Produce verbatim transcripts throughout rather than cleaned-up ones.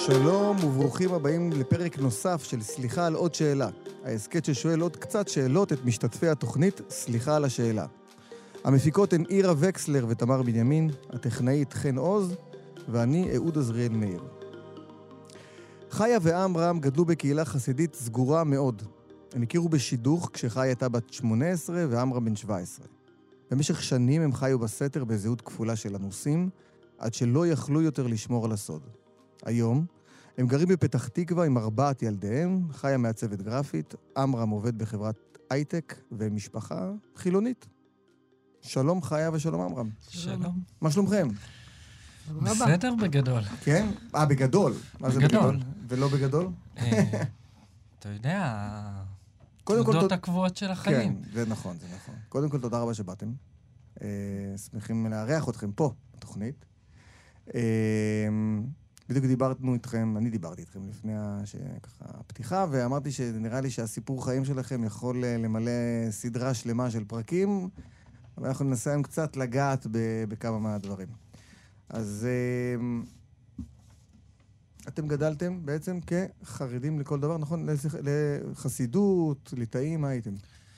שלום וברוכים הבאים לפרק נוסף של סליחה על עוד שאלה. ההסכת ששואל עוד קצת שאלות את משתתפי התוכנית סליחה על השאלה. המפיקות הן אירה וקסלר ותמר בנימין, הטכנאית חן עוז, ואני אהוד עזריאל מאיר. חיה ועמרם גדלו בקהילה חסידית סגורה מאוד. הם הכירו בשידוך כשחיה הייתה בת שמונה עשרה ועמרם בן שבע עשרה. במשך שנים הם חיו בסתר בזהות כפולה של אנוסים, עד שלא יכלו יותר לשמור על הסוד. היום הם גרים בפתח תקווה עם ארבעת ילדיהם, חיה מעצבת גרפית, עמרם עובד בחברת הייטק ומשפחה חילונית. שלום חיה ושלום עמרם. שלום. מה שלומכם? בסדר בגדול. כן? אה, בגדול. מה זה בגדול? ולא בגדול? אתה יודע, תודות הקבועות של החיים. כן, זה נכון, זה נכון. קודם כל, תודה רבה שבאתם. שמחים לארח אתכם פה, בתוכנית. בדיוק דיברנו איתכם, אני דיברתי איתכם לפני הפתיחה, ואמרתי שנראה לי שהסיפור חיים שלכם יכול למלא סדרה שלמה של פרקים, אבל אנחנו ננסה היום קצת לגעת בכמה מהדברים. אז אתם גדלתם בעצם כחרדים לכל דבר, נכון? לחסידות, ליטאים, מה הייתם?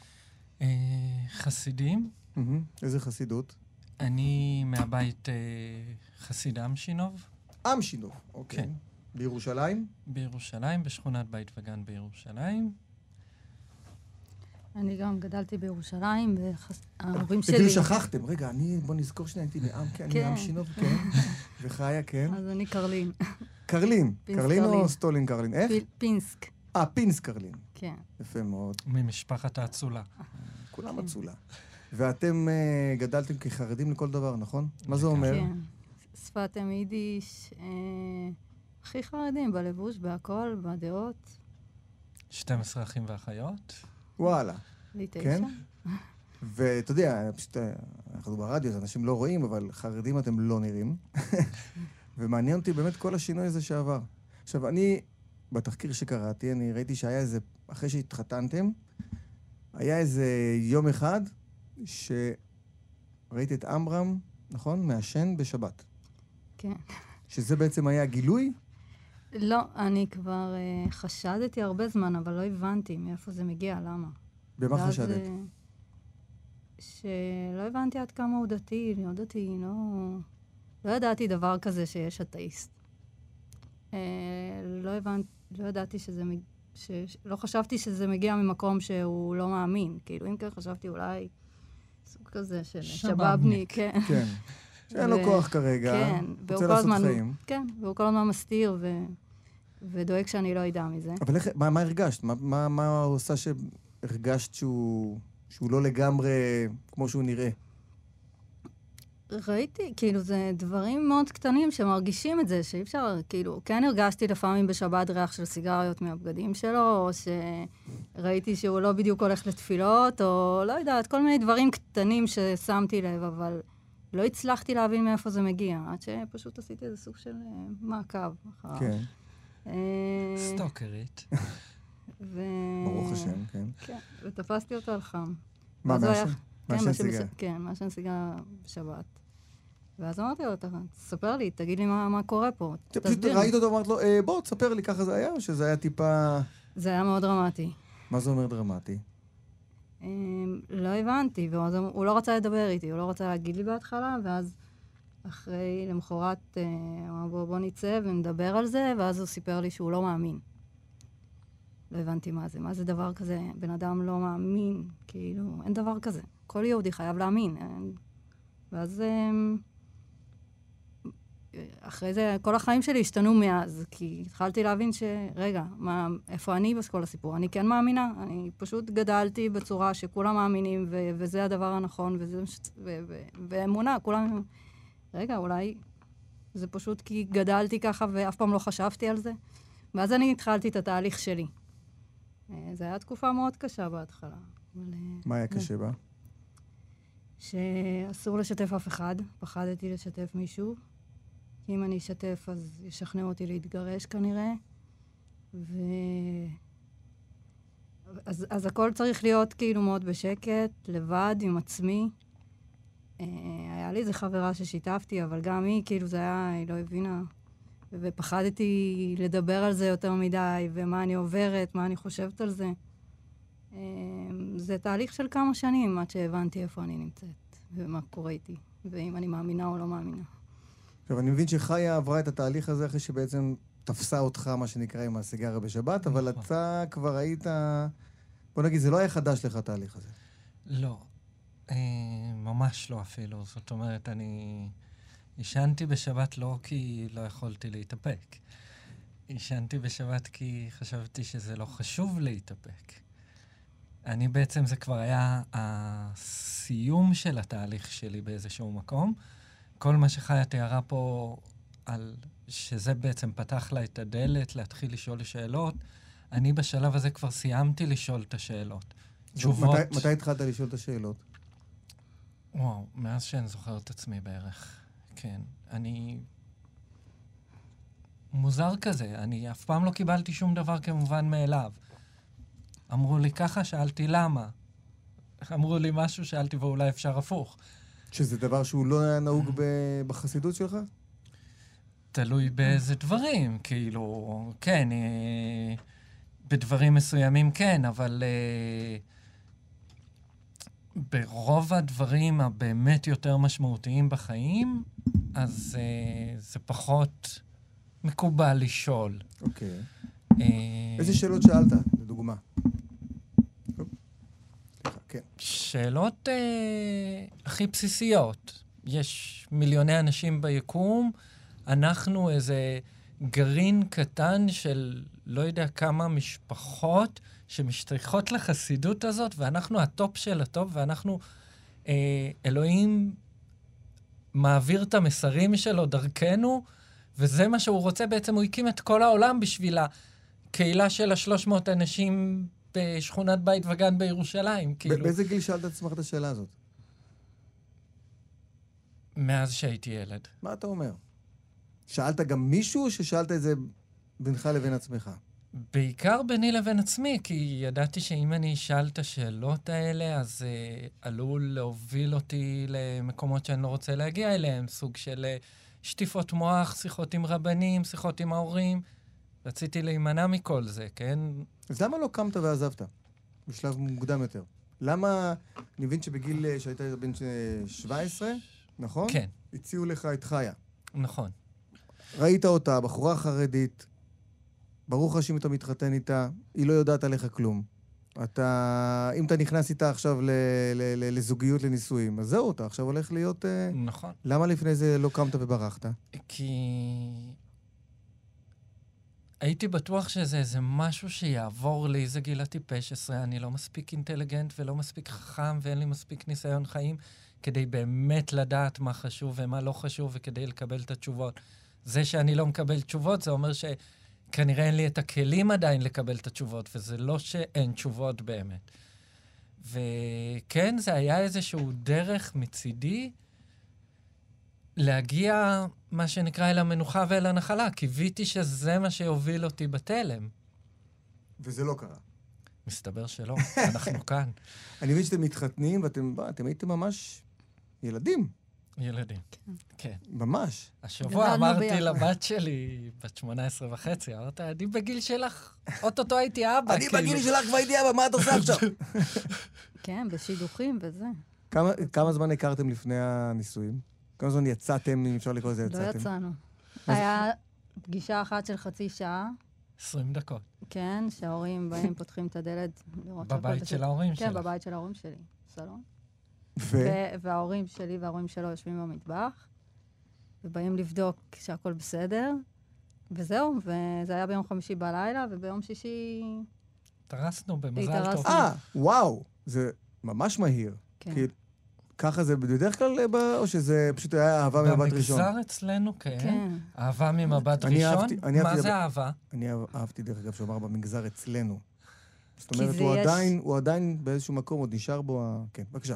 חסידים. איזה חסידות? אני מהבית חסיד אמשינוב. אמשינוב, אוקיי. בירושלים? בירושלים, בשכונת בית וגן בירושלים. אני גם גדלתי בירושלים, וההורים שלי... כאילו שכחתם, רגע, אני, בוא נזכור שנייה, הייתי בעם, כן, אני אמשינוב, כן. וחיה, כן. אז אני קרלין. קרלין? קרלין או סטולין קרלין? איך? פינסק. אה, פינסק קרלין. כן. יפה מאוד. ממשפחת האצולה. כולם אצולה. ואתם גדלתם כחרדים לכל דבר, נכון? מה זה אומר? כן. שפת אם יידיש, הכי חרדים, בלבוש, בהכל, בדעות. שתים עשרה אחים ואחיות. וואלה. לי תשע. כן? ואתה יודע, פשוט, אנחנו ברדיו, אנשים לא רואים, אבל חרדים אתם לא נראים. ומעניין אותי באמת כל השינוי הזה שעבר. עכשיו, אני, בתחקיר שקראתי, אני ראיתי שהיה איזה, אחרי שהתחתנתם, היה איזה יום אחד שראיתי את עמרם, נכון? מעשן בשבת. כן. שזה בעצם היה גילוי? לא, אני כבר uh, חשדתי הרבה זמן, אבל לא הבנתי מאיפה זה מגיע, למה. במה חשדת? שלא הבנתי עד כמה הוא דתי, לא דתי, לא... לא ידעתי דבר כזה שיש אתאיסט. Uh, לא הבנתי, לא ידעתי שזה... ש... לא חשבתי שזה מגיע ממקום שהוא לא מאמין. כאילו, אם כן חשבתי אולי סוג כזה של שבאבניק. כן. כן. שאין לו כוח כרגע, כן, רוצה לעשות חיים. כן, והוא כל הזמן מסתיר ו... ודואג שאני לא ידע מזה. אבל איך, מה, מה הרגשת? מה, מה, מה עושה שהרגשת שהוא, שהוא לא לגמרי כמו שהוא נראה? ראיתי, כאילו, זה דברים מאוד קטנים שמרגישים את זה, שאי אפשר, כאילו, כן הרגשתי לפעמים בשבת ריח של סיגריות מהבגדים שלו, או שראיתי שהוא לא בדיוק הולך לתפילות, או לא יודעת, כל מיני דברים קטנים ששמתי לב, אבל לא הצלחתי להבין מאיפה זה מגיע, עד שפשוט עשיתי איזה סוג של מעקב. כן. סטוקרית. ברוך השם, כן. כן, ותפסתי אותו על חם. מה, מעשן סיגר? כן, מעשן סיגר בשבת. ואז אמרתי לו, תספר לי, תגיד לי מה קורה פה, תסביר. ראית אותו, אמרת לו, בוא, תספר לי, ככה זה היה, או שזה היה טיפה... זה היה מאוד דרמטי. מה זה אומר דרמטי? לא הבנתי, והוא לא רצה לדבר איתי, הוא לא רצה להגיד לי בהתחלה, ואז אחרי, למחרת, בוא נצא ונדבר על זה, ואז הוא סיפר לי שהוא לא מאמין. לא הבנתי מה זה, מה זה דבר כזה, בן אדם לא מאמין, כאילו, אין דבר כזה. כל יהודי חייב להאמין. ואז אחרי זה, כל החיים שלי השתנו מאז, כי התחלתי להבין שרגע, מה, איפה אני בכל הסיפור? אני כן מאמינה, אני פשוט גדלתי בצורה שכולם מאמינים, ו- וזה הדבר הנכון, וזה, ו- ו- ואמונה, כולם... רגע, אולי זה פשוט כי גדלתי ככה ואף פעם לא חשבתי על זה. ואז אני התחלתי את התהליך שלי. זו הייתה תקופה מאוד קשה בהתחלה. מה היה קשה בה? שאסור לשתף אף אחד. פחדתי לשתף מישהו. כי אם אני אשתף, אז ישכנעו אותי להתגרש כנראה. ו... אז, אז הכל צריך להיות כאילו מאוד בשקט, לבד, עם עצמי. היה לי איזו חברה ששיתפתי, אבל גם היא, כאילו זה היה, היא לא הבינה ופחדתי לדבר על זה יותר מדי, ומה אני עוברת, מה אני חושבת על זה. זה תהליך של כמה שנים עד שהבנתי איפה אני נמצאת, ומה קורה איתי, ואם אני מאמינה או לא מאמינה. עכשיו, אני מבין שחיה עברה את התהליך הזה אחרי שבעצם תפסה אותך, מה שנקרא, עם הסיגריה בשבת, אבל אתה כבר היית... בוא נגיד, זה לא היה חדש לך, התהליך הזה. לא. ממש לא אפילו. זאת אומרת, אני... ישנתי בשבת לא כי לא יכולתי להתאפק. ישנתי בשבת כי חשבתי שזה לא חשוב להתאפק. אני בעצם, זה כבר היה הסיום של התהליך שלי באיזשהו מקום. כל מה שחיה תיארה פה על שזה בעצם פתח לה את הדלת להתחיל לשאול שאלות, אני בשלב הזה כבר סיימתי לשאול את השאלות. תשובות... מתי, מתי התחלת לשאול את השאלות? וואו, מאז שאני זוכר את עצמי בערך. כן, אני... מוזר כזה, אני אף פעם לא קיבלתי שום דבר כמובן מאליו. אמרו לי ככה, שאלתי למה. אמרו לי משהו, שאלתי ואולי אפשר הפוך. שזה דבר שהוא לא היה נהוג בחסידות שלך? תלוי באיזה דברים, כאילו, כן, בדברים מסוימים כן, אבל ברוב הדברים הבאמת יותר משמעותיים בחיים, אז זה פחות מקובל לשאול. אוקיי. איזה שאלות שאלת, לדוגמה? כן. שאלות אה, הכי בסיסיות. יש מיליוני אנשים ביקום, אנחנו איזה גרעין קטן של לא יודע כמה משפחות שמשתייכות לחסידות הזאת, ואנחנו הטופ של הטופ, ואנחנו, אה, אלוהים מעביר את המסרים שלו דרכנו, וזה מה שהוא רוצה. בעצם הוא הקים את כל העולם בשביל הקהילה של השלוש מאות אנשים בשכונת בית וגן בירושלים. כאילו. באיזה גיל שאלת את עצמך את השאלה הזאת? מאז שהייתי ילד. מה אתה אומר? שאלת גם מישהו או ששאלת את זה בינך לבין עצמך? בעיקר ביני לבין עצמי, כי ידעתי שאם אני אשאל את השאלות האלה, אז uh, עלול להוביל אותי למקומות שאני לא רוצה להגיע אליהם, סוג של uh, שטיפות מוח, שיחות עם רבנים, שיחות עם ההורים. רציתי להימנע מכל זה, כן? אז למה לא קמת ועזבת? בשלב מוקדם יותר. למה, אני מבין שבגיל שהיית בן שבע עשרה, נכון? כן. הציעו לך את חיה. נכון. ראית אותה, בחורה חרדית, ברוך השם אתה מתחתן איתה, היא לא יודעת עליך כלום. אתה, אם אתה נכנס איתה עכשיו ל, ל, ל, לזוגיות לנישואים, אז זהו, אתה עכשיו הולך להיות... נכון. למה לפני זה לא קמת וברחת? כי... הייתי בטוח שזה איזה משהו שיעבור לי, זה גיל הטיפש עשרה, אני לא מספיק אינטליגנט ולא מספיק חכם ואין לי מספיק ניסיון חיים כדי באמת לדעת מה חשוב ומה לא חשוב וכדי לקבל את התשובות. זה שאני לא מקבל תשובות, זה אומר שכנראה אין לי את הכלים עדיין לקבל את התשובות, וזה לא שאין תשובות באמת. וכן, זה היה איזשהו דרך מצידי להגיע, מה שנקרא, אל המנוחה ואל הנחלה. קיוויתי שזה מה שיוביל אותי בתלם. וזה לא קרה. מסתבר שלא, אנחנו כאן. אני מבין שאתם מתחתנים ואתם אתם הייתם ממש ילדים. ילדים, כן. ממש. השבוע אמרתי לבת שלי, בת שמונה עשרה וחצי, אמרת, אני בגיל שלך, אוטוטו הייתי אבא. אני בגיל שלך כבר הייתי אבא, מה את עושה עכשיו? כן, בשידוכים וזה. כמה זמן הכרתם לפני הנישואים? כמה זמן יצאתם, אם אפשר לקרוא לזה יצאתם? לא יצאנו. היה פגישה אחת של חצי שעה. עשרים דקות. כן, שההורים באים, פותחים את הדלת. בבית של ההורים שלך. כן, בבית של ההורים שלי, סלון. ו... וההורים שלי וההורים שלו יושבים במטבח, ובאים לבדוק שהכל בסדר, וזהו, וזה היה ביום חמישי בלילה, וביום שישי... התארסנו במזל טוב. אה, וואו, זה ממש מהיר. כן. כי ככה זה בדרך כלל, או שזה פשוט היה אהבה ממבט ראשון? במגזר אצלנו, כן. כן. אהבה ממבט ראשון? מה זה אהבה? אני אהבתי דרך אגב שאומר במגזר אצלנו. זאת אומרת, הוא עדיין, הוא עדיין באיזשהו מקום, עוד נשאר בו, כן, בבקשה.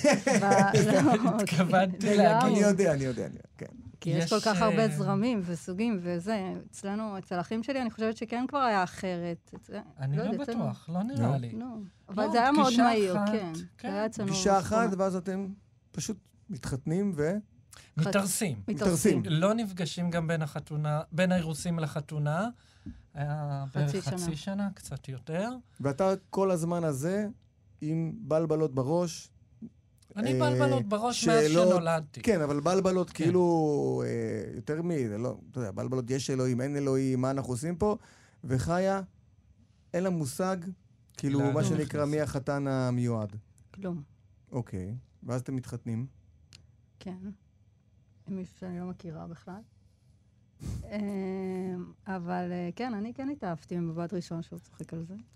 התכוונתי להגיד. אני יודע, אני יודע, כן. כי יש כל כך הרבה זרמים וסוגים וזה. אצלנו, אצל אחים שלי, אני חושבת שכן כבר היה אחרת. אני לא בטוח, לא נראה לי. אבל זה היה מאוד מהיר, כן. פגישה אחת, ואז אתם פשוט מתחתנים ו... מתארסים. מתארסים. לא נפגשים גם בין החתונה, בין האירוסים לחתונה. היה בערך חצי שנה, קצת יותר. ואתה כל הזמן הזה עם בלבלות בראש. אני בלבלות בראש מאז שנולדתי. כן, אבל בלבלות כאילו יותר מ... אתה יודע, בלבלות יש אלוהים, אין אלוהים, מה אנחנו עושים פה? וחיה, אין לה מושג, כאילו מה שנקרא מי החתן המיועד. כלום. אוקיי, ואז אתם מתחתנים. כן. עם מישהו שאני לא מכירה בכלל. אבל כן, אני כן התאהבתי מבט ראשון שהוא צוחק על זה.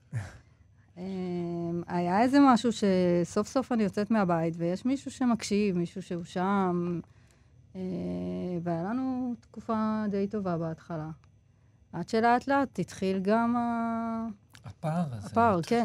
היה איזה משהו שסוף סוף אני יוצאת מהבית, ויש מישהו שמקשיב, מישהו שהוא שם, והיה לנו תקופה די טובה בהתחלה. עד שלאט לאט התחיל גם הפער הזה. הפער, כן.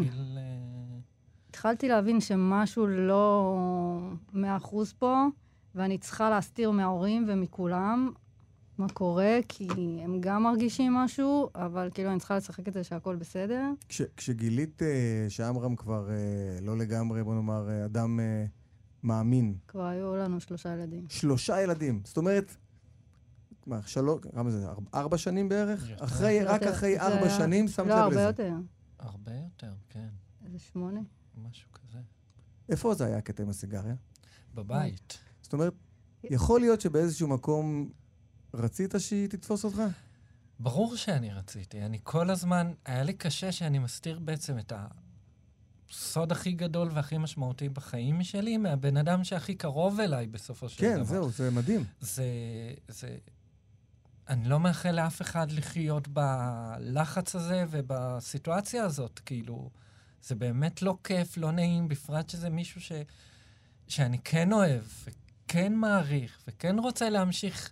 התחלתי להבין שמשהו לא מאה אחוז פה, ואני צריכה להסתיר מההורים ומכולם מה קורה, כי הם גם מרגישים משהו, אבל כאילו אני צריכה לשחק את זה שהכל בסדר. כש, כשגילית uh, שאמרם כבר uh, לא לגמרי, בוא נאמר, uh, אדם uh, מאמין. כבר היו לנו שלושה ילדים. שלושה ילדים. זאת אומרת, מה, שלוש, כמה זה? ארבע, ארבע שנים בערך? אחרי, רק יותר, אחרי ארבע היה... שנים שמת לב לזה. לא, הרבה יותר. הרבה יותר, כן. איזה שמונה. משהו כזה. איפה זה היה הקטע עם הסיגריה? בבית. זאת אומרת, יכול להיות שבאיזשהו מקום רצית שהיא תתפוס אותך? ברור שאני רציתי. אני כל הזמן, היה לי קשה שאני מסתיר בעצם את הסוד הכי גדול והכי משמעותי בחיים שלי, מהבן אדם שהכי קרוב אליי בסופו של דבר. כן, זהו, זה מדהים. זה, זה, אני לא מאחל לאף אחד לחיות בלחץ הזה ובסיטואציה הזאת, כאילו, זה באמת לא כיף, לא נעים, בפרט שזה מישהו ש, שאני כן אוהב, וכן מעריך, וכן רוצה להמשיך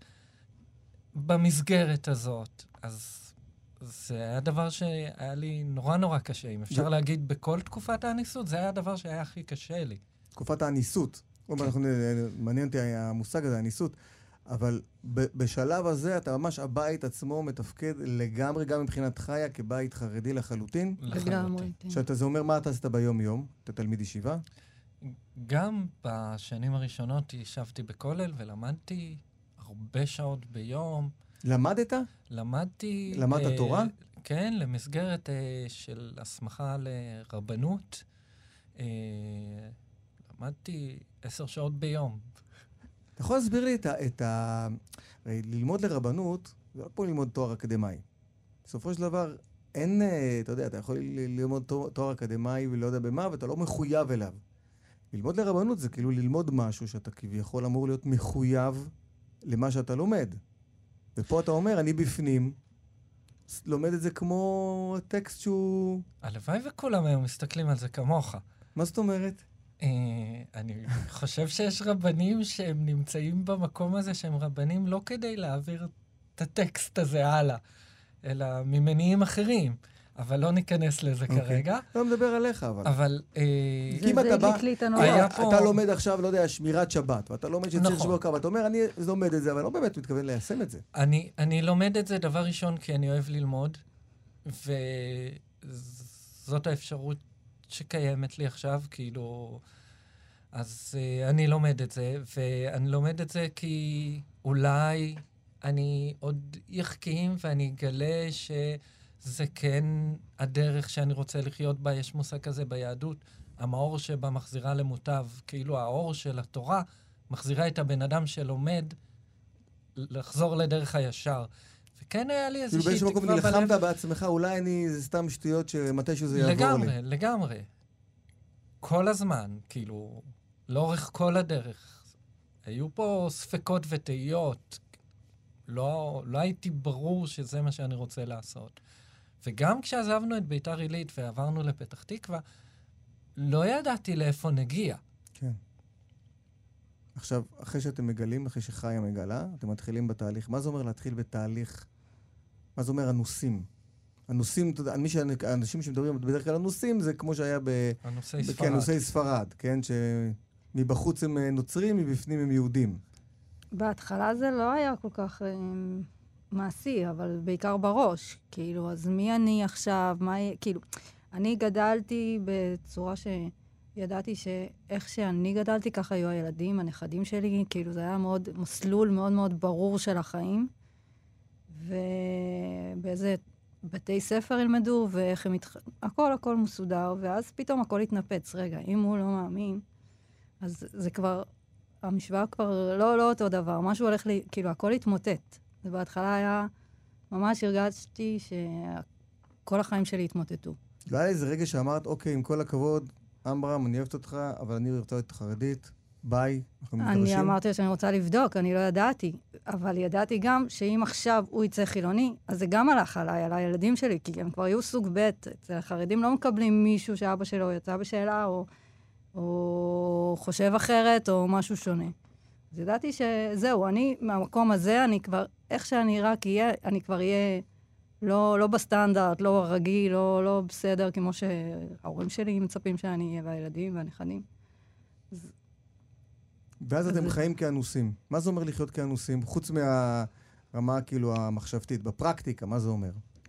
במסגרת הזאת. אז זה היה דבר שהיה לי נורא נורא קשה. אם אפשר להגיד, בכל תקופת האניסות, זה היה הדבר שהיה הכי קשה לי. תקופת האניסות. מעניין אותי המושג הזה, האניסות. אבל בשלב הזה אתה ממש, הבית עצמו מתפקד לגמרי, גם מבחינת חיה, כבית חרדי לחלוטין. לגמרי. שאתה, זה אומר מה אתה עשית ביום יום? אתה תלמיד ישיבה? גם בשנים הראשונות ישבתי בכולל ולמדתי הרבה שעות ביום. למדת? למדתי... למדת תורה? כן, למסגרת של הסמכה לרבנות. למדתי עשר שעות ביום. אתה יכול להסביר לי את ה... את ה... ללמוד לרבנות, זה לא פה ללמוד תואר אקדמי. בסופו של דבר, אין, אתה יודע, אתה יכול ללמוד תואר אקדמי ולא יודע במה, ואתה לא מחויב אליו. ללמוד לרבנות זה כאילו ללמוד משהו שאתה כביכול אמור להיות מחויב למה שאתה לומד. ופה אתה אומר, אני בפנים, לומד את זה כמו טקסט שהוא... הלוואי וכולם היום מסתכלים על זה כמוך. מה זאת אומרת? אני חושב שיש רבנים שהם נמצאים במקום הזה, שהם רבנים לא כדי להעביר את הטקסט הזה הלאה, אלא ממניעים אחרים. אבל לא ניכנס לזה כרגע. לא מדבר עליך, אבל. אבל... זה הדליק לי את הנורא. אתה לומד עכשיו, לא יודע, שמירת שבת, ואתה לומד שצריך לשבור קו, ואתה אומר, אני לומד את זה, אבל לא באמת מתכוון ליישם את זה. אני לומד את זה דבר ראשון, כי אני אוהב ללמוד, וזאת האפשרות שקיימת לי עכשיו, כאילו... אז אני לומד את זה, ואני לומד את זה כי אולי אני עוד יחכים, ואני אגלה ש... זה כן הדרך שאני רוצה לחיות בה. יש מושג כזה ביהדות, המאור שבה מחזירה למוטב, כאילו האור של התורה מחזירה את הבן אדם שלומד לחזור לדרך הישר. וכן היה לי איזושהי תקווה בלב. כאילו באיזשהו מקום נלחמת בעצמך, אולי אני, זה סתם שטויות שמתישהו זה יעבור לי. לגמרי, לגמרי. כל הזמן, כאילו, לאורך כל הדרך. היו פה ספקות ותהיות. לא, לא הייתי ברור שזה מה שאני רוצה לעשות. וגם כשעזבנו את ביתר עילית ועברנו לפתח תקווה, לא ידעתי לאיפה נגיע. כן. עכשיו, אחרי שאתם מגלים, אחרי שחיה מגלה, אתם מתחילים בתהליך. מה זה אומר להתחיל בתהליך? מה זה אומר אנוסים? אנוסים, אנשים שמדברים בדרך כלל אנוסים, זה כמו שהיה ב... אנוסי ספרד. כן, אנוסי ספרד, כן? שמבחוץ הם נוצרים, מבפנים הם יהודים. בהתחלה זה לא היה כל כך אה, מעשי, אבל בעיקר בראש. כאילו, אז מי אני עכשיו? מה, כאילו, אני גדלתי בצורה ידעתי שאיך שאני גדלתי, ככה היו הילדים, הנכדים שלי, כאילו זה היה מאוד, מסלול מאוד מאוד ברור של החיים. ובאיזה בתי ספר ילמדו, ואיך הם התח... הכל, הכל מסודר, ואז פתאום הכל התנפץ. רגע, אם הוא לא מאמין, אז זה כבר, המשוואה כבר לא, לא אותו דבר, משהו הולך לי, כאילו, הכל התמוטט. זה בהתחלה היה, ממש הרגשתי שכל החיים שלי התמוטטו. לא היה איזה רגע שאמרת, אוקיי, עם כל הכבוד, אמברם, אני אוהבת אותך, אבל אני רוצה להיות חרדית, ביי, אנחנו מתגרשים. אני אמרתי שאני רוצה לבדוק, אני לא ידעתי, אבל ידעתי גם שאם עכשיו הוא יצא חילוני, אז זה גם הלך עליי, על הילדים שלי, כי הם כבר יהיו סוג ב', אצל החרדים לא מקבלים מישהו שאבא שלו יצא בשאלה, או, או חושב אחרת, או משהו שונה. אז ידעתי שזהו, אני, מהמקום הזה, אני כבר, איך שאני רק אהיה, אני כבר אהיה לא, לא בסטנדרט, לא רגיל, לא, לא בסדר, כמו שההורים שלי מצפים שאני אהיה, והילדים והנכדים. אז... ואז אתם חיים כאנוסים. מה זה אומר לחיות כאנוסים? חוץ מהרמה, כאילו, המחשבתית. בפרקטיקה, מה זה אומר?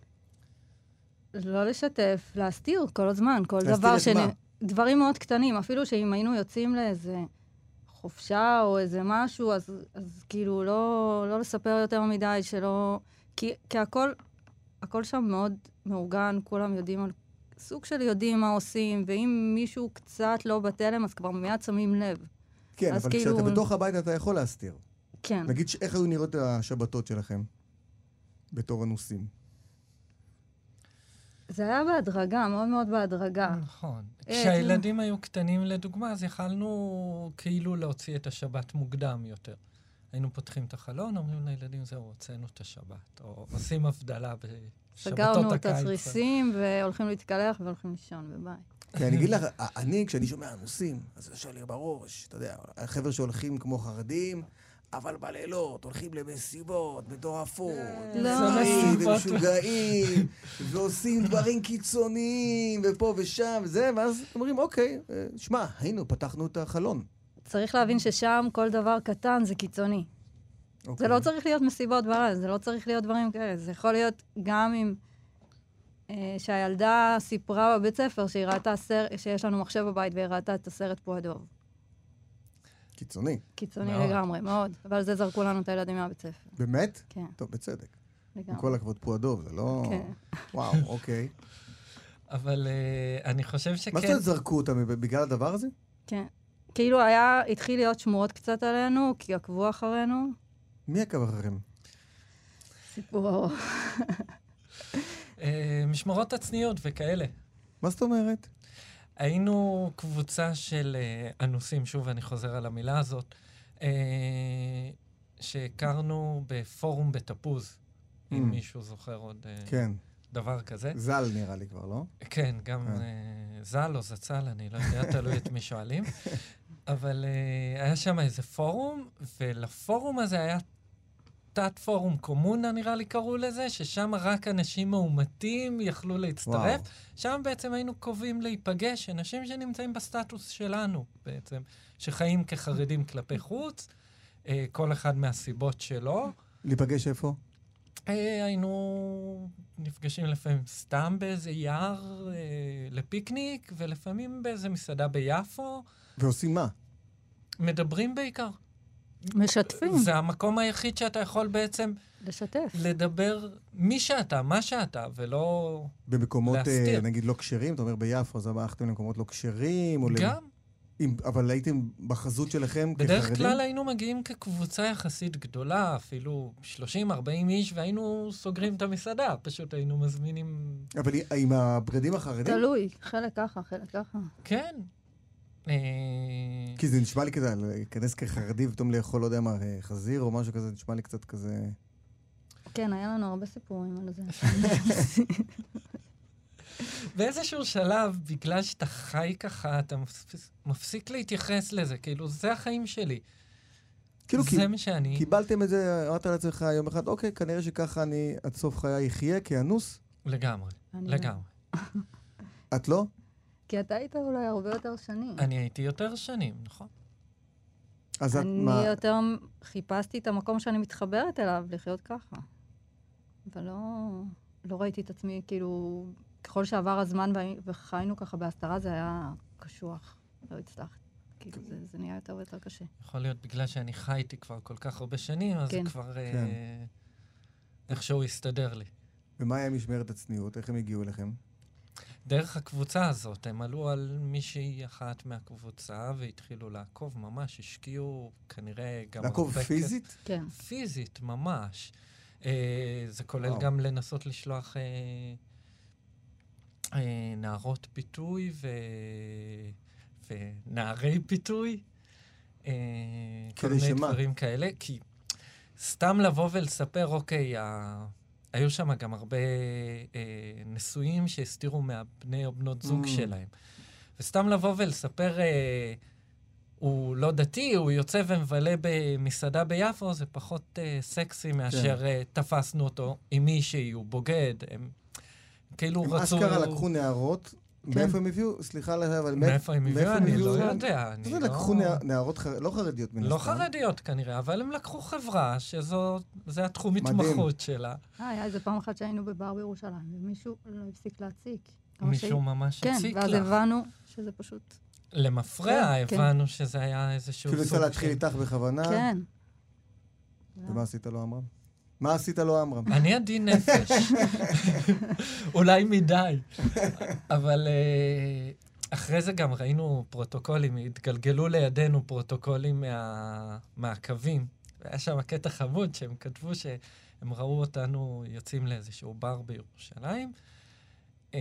לא לשתף, להסתיר כל הזמן, כל דבר ש... דברים מאוד קטנים, אפילו שאם היינו יוצאים לאיזה חופשה או איזה משהו, אז, אז כאילו לא, לא לספר יותר מדי, שלא... כי, כי הכל, הכל שם מאוד מאורגן, כולם יודעים על... סוג של יודעים מה עושים, ואם מישהו קצת לא בתלם, אז כבר מיד שמים לב. כן, אבל כאילו... כשאתה בתוך הבית אתה יכול להסתיר. כן. נגיד, איך היו נראות השבתות שלכם בתור אנוסים? זה היה בהדרגה, מאוד מאוד בהדרגה. נכון. כשהילדים היו קטנים, לדוגמה, אז יכלנו כאילו להוציא את השבת מוקדם יותר. היינו פותחים את החלון, אומרים לילדים, זהו, הוצאנו את השבת, או עושים הבדלה בשבתות הקיץ. סגרנו את התריסים, והולכים להתקלח והולכים לישון בבית. כי אני אגיד לך, אני, כשאני שומע אנוסים, אז זה שואל לי בראש, אתה יודע, החבר'ה שהולכים כמו חרדים, אבל בלילות הולכים למסיבות, מטורפות, ומשוגעים, ועושים דברים קיצוניים, ופה ושם, וזה, ואז אומרים, אוקיי, שמע, היינו, פתחנו את החלון. צריך להבין ששם כל דבר קטן זה קיצוני. זה לא צריך להיות מסיבות בלילה, זה לא צריך להיות דברים כאלה, זה יכול להיות גם עם... שהילדה סיפרה בבית ספר שהיא ראתה הסרט, שיש לנו מחשב בבית והיא ראתה את הסרט פועדוב. קיצוני. קיצוני לגמרי, מאוד. אבל זה זרקו לנו את הילדים מהבית ספר. באמת? כן. טוב, בצדק. לגמרי. עם כל הכבוד פועדוב, זה לא... כן. וואו, אוקיי. אבל אני חושב שכן... מה זאת אומרת זרקו אותם בגלל הדבר הזה? כן. כאילו היה, התחיל להיות שמועות קצת עלינו, כי עקבו אחרינו. מי עקב אחריהם? סיפור ארוך. משמרות הצניעות וכאלה. מה זאת אומרת? היינו קבוצה של אנוסים, שוב אני חוזר על המילה הזאת, שהכרנו בפורום בתפוז, אם מישהו זוכר עוד דבר כזה. זל נראה לי כבר, לא? כן, גם זל או זצל, אני לא יודע, תלוי את מי שואלים. אבל היה שם איזה פורום, ולפורום הזה היה תת פורום קומונה, נראה לי קראו לזה, ששם רק אנשים מאומתים יכלו להצטרף. וואו. שם בעצם היינו קובעים להיפגש, אנשים שנמצאים בסטטוס שלנו בעצם, שחיים כחרדים כלפי חוץ, אה, כל אחד מהסיבות שלו. להיפגש איפה? אה, היינו נפגשים לפעמים סתם באיזה יער אה, לפיקניק, ולפעמים באיזה מסעדה ביפו. ועושים מה? מדברים בעיקר. משתפים. זה המקום היחיד שאתה יכול בעצם... לשתף. לדבר מי שאתה, מה שאתה, ולא במקומות, להסתיר. נגיד, לא כשרים? אתה אומר ביפו, אז הלכתם למקומות לא כשרים? גם. אם, אבל הייתם בחזות שלכם כחרדים? בדרך כלל היינו מגיעים כקבוצה יחסית גדולה, אפילו שלושים ארבעים איש, והיינו סוגרים את המסעדה. פשוט היינו מזמינים... אבל עם הבגדים החרדים? תלוי, חלק ככה, חלק ככה. כן. כי זה נשמע לי כזה, להיכנס כחרדי ופתאום לאכול, לא יודע מה, חזיר או משהו כזה, נשמע לי קצת כזה... כן, היה לנו הרבה סיפורים על זה. באיזשהו שלב, בגלל שאתה חי ככה, אתה מפסיק להתייחס לזה, כאילו, זה החיים שלי. זה מה שאני... קיבלתם את זה, אמרת לעצמך יום אחד, אוקיי, כנראה שככה אני עד סוף חיי אחיה כאנוס? לגמרי, לגמרי. את לא? כי אתה היית אולי הרבה יותר שנים. אני הייתי יותר שנים, נכון. אז את מה... אני יותר חיפשתי את המקום שאני מתחברת אליו, לחיות ככה. אבל לא, לא ראיתי את עצמי, כאילו, ככל שעבר הזמן וחיינו ככה בהסתרה, זה היה קשוח. לא הצלחת. כאילו, זה, זה נהיה יותר ויותר קשה. יכול להיות בגלל שאני חייתי כבר כל כך הרבה שנים, אז כן. זה כבר כן. אה, איכשהו יסתדר לי. ומה היה משמרת הצניעות? איך הם הגיעו אליכם? דרך הקבוצה הזאת, הם עלו על מישהי אחת מהקבוצה והתחילו לעקוב ממש, השקיעו כנראה גם... לעקוב הרבה פיזית? כס- כן. פיזית, ממש. אה, זה כולל וואו. גם לנסות לשלוח אה, אה, נערות פיתוי ו... ונערי פיתוי. אה, כל כדי מיני שמה? דברים כאלה, כי סתם לבוא ולספר, אוקיי, ה... היו שם גם הרבה אה, נשואים שהסתירו מהבני או בנות זוג Mm. שלהם. וסתם לבוא ולספר, אה, הוא לא דתי, הוא יוצא ומבלה במסעדה ביפו, זה פחות אה, סקסי מאשר כן. אה, תפסנו אותו עם מישהי, הוא בוגד. הם כאילו הם רצו... אשכרה לקחו נערות, מאיפה הם הביאו? סליחה, אבל מאיפה הם הביאו? אני לא אותם? יודע. אני זה לא- לקחו נע- נערות חר- לא חרדיות מן לא הסתם. חרדיות כנראה, אבל הם לקחו חברה שזו, זה התחום מדהים. התמחות שלה. אה, היה איזה פעם אחת שהיינו בבר בירושלים, ומישהו לא הפסיק להציק. כמה מישהו שהי- ממש כן, הציק ואז לך. הבנו שזה פשוט... למפרע כן, כן. הבנו שזה היה איזשהו כאילו ניסה סוג להתחיל של... איתך בכוונה. כן. ומה עשית לו, עמרם? מה עשית לו, עמרם? אני עדין נפש. אולי מדי. אבל אה, אחרי זה גם ראינו פרוטוקולים, התגלגלו לידינו פרוטוקולים מה- מהקווים. והיה שם קטע חמוד שהם כתבו שהם ראו אותנו יוצאים לאיזשהו בר בירושלים, אה,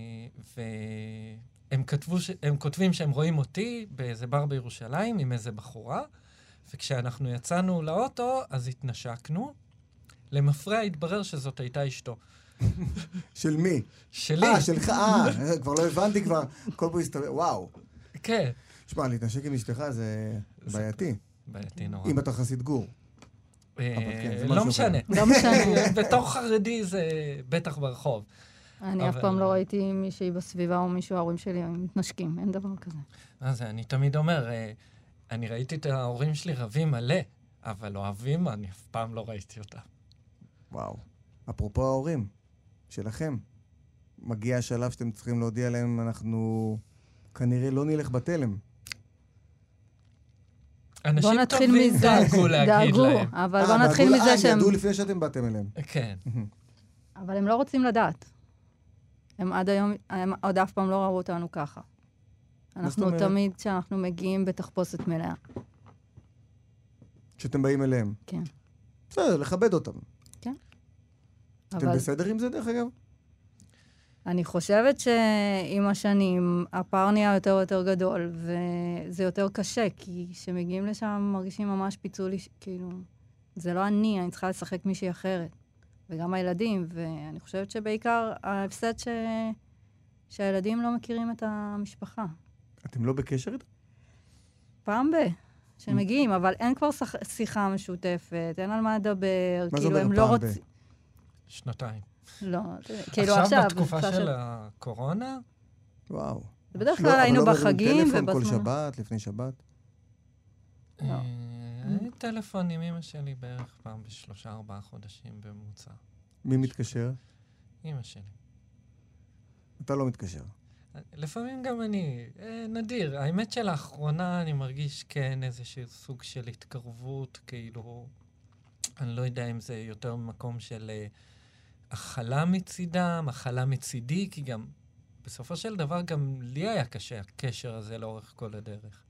והם כתבו ש- הם כותבים שהם רואים אותי באיזה בר בירושלים עם איזה בחורה, וכשאנחנו יצאנו לאוטו, אז התנשקנו. למפרע התברר שזאת הייתה אשתו. של מי? שלי. אה, שלך, אה, כבר לא הבנתי כבר. כל פעם הסתבר, וואו. כן. שמע, להתנשק עם אשתך זה זה- בעייתי. בעייתי נורא. אם אתה חסיד גור. אה, אבל כן, זה לא משהו משנה. לא משנה. בתור חרדי זה בטח ברחוב. אני אף אבל- פעם לא ראיתי מישהי בסביבה או מישהו, ההורים שלי, הם מתנשקים, אין דבר כזה. מה זה, אני תמיד אומר, אה, אני ראיתי את ההורים שלי רבים מלא, אבל אוהבים, אני אף פעם לא ראיתי אותם. וואו. אפרופו ההורים, שלכם, מגיע השלב שאתם צריכים להודיע להם, אנחנו כנראה לא נלך בתלם. אנשים בוא נתחיל טובים מזה. דאגו להגיד דאגו, להם. אבל אה, בוא נתחיל דאגו- מזה אה, שהם... הם ידעו לפני שאתם באתם אליהם. כן. אבל הם לא רוצים לדעת. הם עד היום, הם עוד אף פעם לא ראו אותנו ככה. זאת אנחנו אומרת? תמיד, כשאנחנו מגיעים בתחפושת מלאה. שאתם באים אליהם. כן. בסדר, לכבד אותם. אתם אבל בסדר עם זה, דרך אגב? אני חושבת שעם השנים הפער נהיה יותר ויותר גדול, וזה יותר קשה, כי כשמגיעים לשם מרגישים ממש פיצול, איש- כאילו, זה לא אני, אני צריכה לשחק מישהי אחרת. וגם הילדים, ואני חושבת שבעיקר ההפסד ש... שהילדים לא מכירים את המשפחה. אתם לא בקשר איתם? פעם ב... שמגיעים, אבל אין כבר שח... שיחה משותפת, אין על מה לדבר, מה זה כאילו אומר הם לא פעם ב? רוצים... שנתיים. לא, כאילו עכשיו... עכשיו, בתקופה בתקופה של הקורונה, וואו. זה בדרך לא, כלל אבל היינו לא מרים בחגים טלפון כל ובזמן... שבת, לפני שבת. לא. אה, היה טלפון עם אמא שלי בערך פעם בשלושה, ארבעה חודשים בממוצע. מי מתקשר? אמא שלי. אתה לא מתקשר. לפעמים גם אני, אה, נדיר. האמת שלאחרונה אני מרגיש כן איזשהו סוג של התקרבות, כאילו, אני לא יודע אם זה יותר ממקום של אה, הכלה מצידם, הכלה מצידי, כי גם בסופו של דבר גם לי היה קשה הקשר הזה לאורך כל הדרך.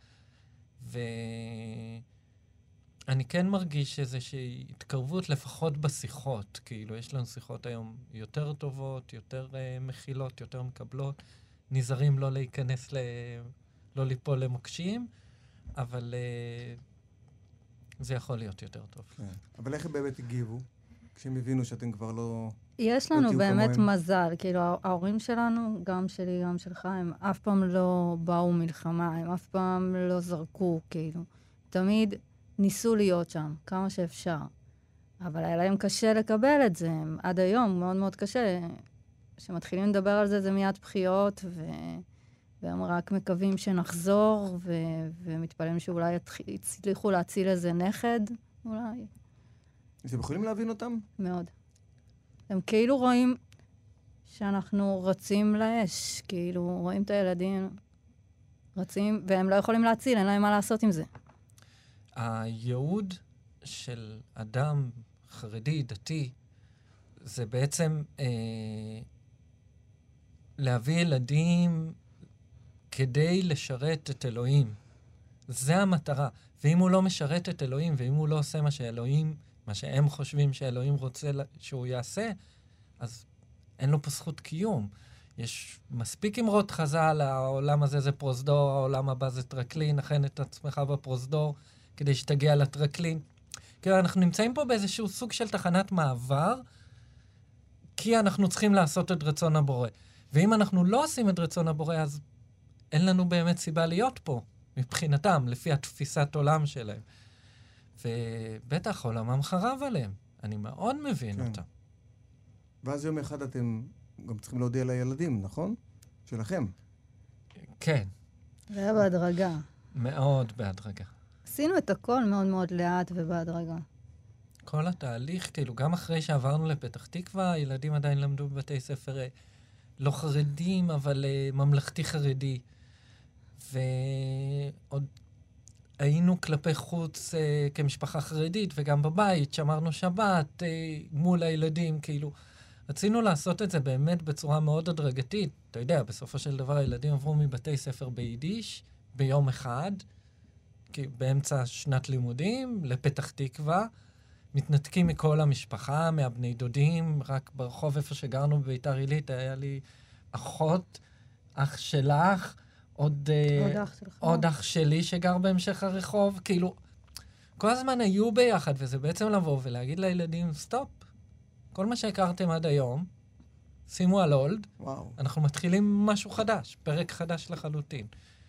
ואני כן מרגיש איזושהי התקרבות לפחות בשיחות, כאילו, יש לנו שיחות היום יותר טובות, יותר אה, מכילות, יותר מקבלות. נזהרים לא להיכנס, ל... לא ליפול למוקשים, אבל uh, זה יכול להיות יותר טוב. כן. אבל איך הם באמת הגיבו? כשהם הבינו שאתם כבר לא... יש לא לנו תהיו באמת כמוהם. מזל, כאילו הה- ההורים שלנו, גם שלי, גם שלך, הם אף פעם לא באו מלחמה, הם אף פעם לא זרקו, כאילו. תמיד ניסו להיות שם, כמה שאפשר. אבל היה להם קשה לקבל את זה, הם, עד היום מאוד מאוד קשה. כשמתחילים לדבר על זה, זה מיד בחיות, ו... והם רק מקווים שנחזור, ו... ומתפללים שאולי יתח... יצליחו להציל איזה נכד, אולי, אתם יכולים להבין אותם? מאוד. הם כאילו רואים שאנחנו רצים לאש, כאילו רואים את הילדים, רצים, והם לא יכולים להציל, אין להם מה לעשות עם זה. הייעוד של אדם חרדי, דתי, זה בעצם אה, להביא ילדים כדי לשרת את אלוהים. זה המטרה. ואם הוא לא משרת את אלוהים, ואם הוא לא עושה מה שאלוהים, מה שהם חושבים שאלוהים רוצה שהוא יעשה, אז אין לו פה זכות קיום. יש מספיק אמרות חז"ל, העולם הזה זה פרוזדור, העולם הבא זה טרקלין, הכן את עצמך בפרוזדור, כדי שתגיע לטרקלין. כאילו, אנחנו נמצאים פה באיזשהו סוג של תחנת מעבר, כי אנחנו צריכים לעשות את רצון הבורא. ואם אנחנו לא עושים את רצון הבורא, אז אין לנו באמת סיבה להיות פה, מבחינתם, לפי התפיסת עולם שלהם. ובטח עולמם חרב עליהם. אני מאוד מבין כן. אותם. ואז יום אחד אתם גם צריכים להודיע לילדים, נכון? שלכם. כן. זה היה בהדרגה. מאוד בהדרגה. עשינו את הכל מאוד מאוד לאט ובהדרגה. כל התהליך, כאילו, גם אחרי שעברנו לפתח תקווה, הילדים עדיין למדו בבתי ספר לא חרדים, אבל uh, ממלכתי חרדי. ועוד היינו כלפי חוץ uh, כמשפחה חרדית, וגם בבית, שמרנו שבת uh, מול הילדים, כאילו. רצינו לעשות את זה באמת בצורה מאוד הדרגתית. אתה יודע, בסופו של דבר הילדים עברו מבתי ספר ביידיש ביום אחד, באמצע שנת לימודים, לפתח תקווה, מתנתקים מכל המשפחה, מהבני דודים, רק ברחוב איפה שגרנו בביתר עילית, היה לי אחות, אח שלך, עוד, עוד אח שלך. עוד אח שלי שגר בהמשך הרחוב, כאילו, כל הזמן היו ביחד, וזה בעצם לבוא ולהגיד לילדים, סטופ, כל מה שהכרתם עד היום, שימו על הולד, וואו. אנחנו מתחילים משהו חדש, פרק חדש לחלוטין.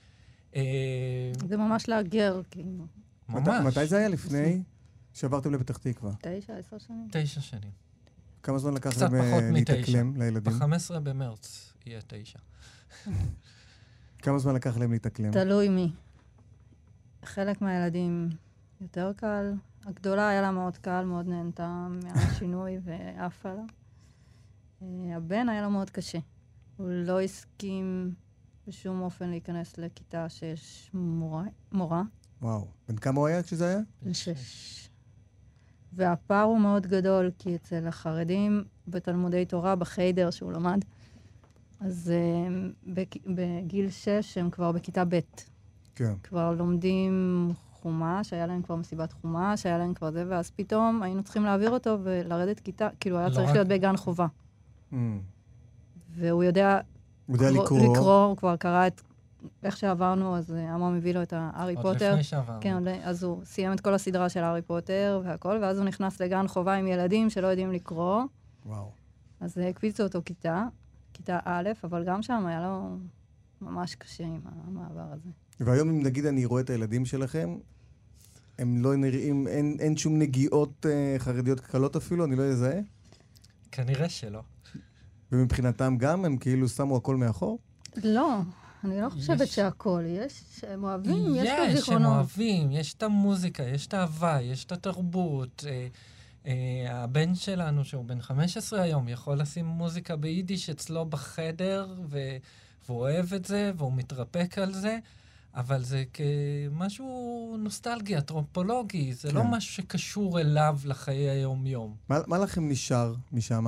זה ממש לאגר, כאילו. ממש. מתי זה היה לפני שעברתם לפתח תקווה? תשע, עשר שנים. תשע שנים. כמה זמן לקח קצת להם פחות אה, מתשע. להתאקלם לילדים? ב-חמישה עשר במרץ יהיה תשע. כמה זמן לקח להם להתאקלם? תלוי מי. חלק מהילדים יותר קל. הגדולה היה לה מאוד קל, מאוד נהנתה מהשינוי ועפה לה. אה, הבן היה לו מאוד קשה. הוא לא הסכים בשום אופן להיכנס לכיתה שיש מורה. מורה. וואו. בן כמה הוא היה כשזה היה? בן שש. והפער הוא מאוד גדול, כי אצל החרדים בתלמודי תורה, בחיידר שהוא למד, אז uh, בק... בגיל שש הם כבר בכיתה ב'. כן. כבר לומדים חומש, היה להם כבר מסיבת חומש, היה להם כבר זה, ואז פתאום היינו צריכים להעביר אותו ולרדת כיתה, כאילו היה לא צריך רק... להיות בגן חובה. Mm. והוא יודע, הוא יודע קרוא, לקרוא. לקרוא, הוא כבר קרא את, איך שעברנו, אז עמרם הביא לו את הארי עוד פוטר. לפני שעברנו. כן, אז הוא סיים את כל הסדרה של הארי פוטר והכל, ואז הוא נכנס לגן חובה עם ילדים שלא יודעים לקרוא. וואו. אז הקפיצו אותו כיתה, כיתה א', אבל גם שם היה לו ממש קשה עם המעבר הזה. והיום אם נגיד אני רואה את הילדים שלכם, הם לא נראים, אין, אין שום נגיעות אה, חרדיות קלות אפילו, אני לא אזהה. כנראה שלא. ומבחינתם גם, הם כאילו שמו הכל מאחור? לא, אני לא חושבת יש- שהכל. יש, הם אוהבים, יש את יש, הם הזיכרונות. אוהבים, יש את המוזיקה, יש את האהבה, יש את התרבות. אה, אה, הבן שלנו, שהוא בן חמש עשרה היום, יכול לשים מוזיקה ביידיש אצלו בחדר, ו- והוא אוהב את זה, והוא מתרפק על זה, אבל זה כמשהו נוסטלגי, אנתרופולוגי, זה כן. לא משהו שקשור אליו לחיי היום-יום. מה, מה לכם נשאר משם?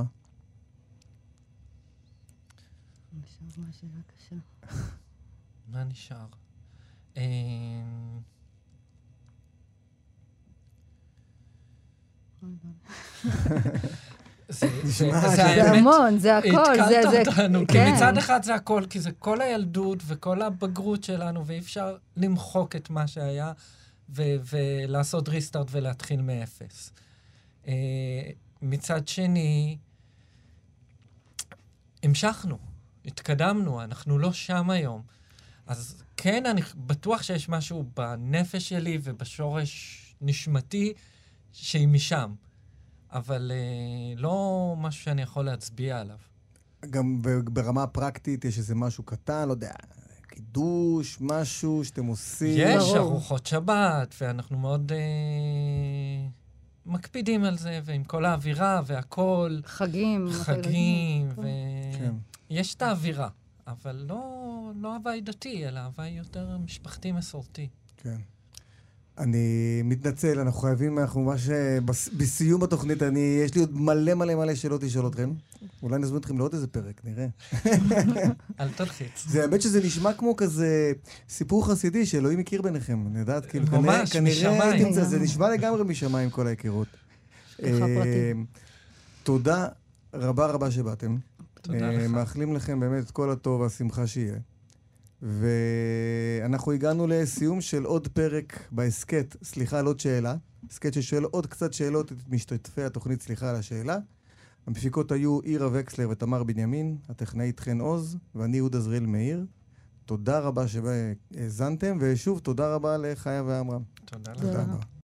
מה שאלה קשה. מה נשאר? אה, זה, נשמע זה, שזה- זה זה האמת, המון, זה הכל. זה, התקלת זה, אותנו, כי כן. מצד אחד זה הכל, כי זה כל הילדות וכל הבגרות שלנו, ואי אפשר למחוק את מה שהיה, ו- ולעשות ריסטארט ולהתחיל מאפס. אה, מצד שני, המשכנו, התקדמנו, אנחנו לא שם היום. אז כן, אני בטוח שיש משהו בנפש שלי ובשורש נשמתי שהיא משם. אבל אה, לא משהו שאני יכול להצביע עליו. גם ב- ברמה הפרקטית יש איזה משהו קטן, לא יודע, קידוש, משהו שאתם עושים. יש ברור. ארוחות שבת, ואנחנו מאוד אה, מקפידים על זה, ועם כל האווירה והכל, חגים. חגים, כן. כן. ויש את האווירה, אבל לא, לא הוואי דתי, אלא הוואי יותר משפחתי מסורתי. כן. אני מתנצל, אנחנו חייבים, אנחנו ממש בס, בסיום התוכנית, אני, יש לי עוד מלא מלא מלא שאלות לשאול אתכם. אולי נזמין אתכם לעוד איזה פרק, נראה. אל תלחיץ. זה האמת שזה נשמע כמו כזה סיפור חסידי שאלוהים הכיר ביניכם. אני יודעת, כאילו, ממש, משמיים. זה, זה נשמע לגמרי משמיים כל ההיכרות. ככה פרטי. תודה רבה רבה שבאתם. תודה לך. מאחלים לכם באמת את כל הטוב והשמחה שיהיה. ואנחנו הגענו לסיום של עוד פרק בהסקט, סליחה על עוד שאלה. הסקט ששואל עוד קצת שאלות את משתתפי התוכנית סליחה על השאלה. המפיקות היו אירה וקסלר ותמר בנימין, הטכנאית חן עוז, ואני יהודה זריאל מאיר. תודה רבה שהאזנתם, ושוב תודה רבה לחיה ועמרם. תודה לך. תודה רבה.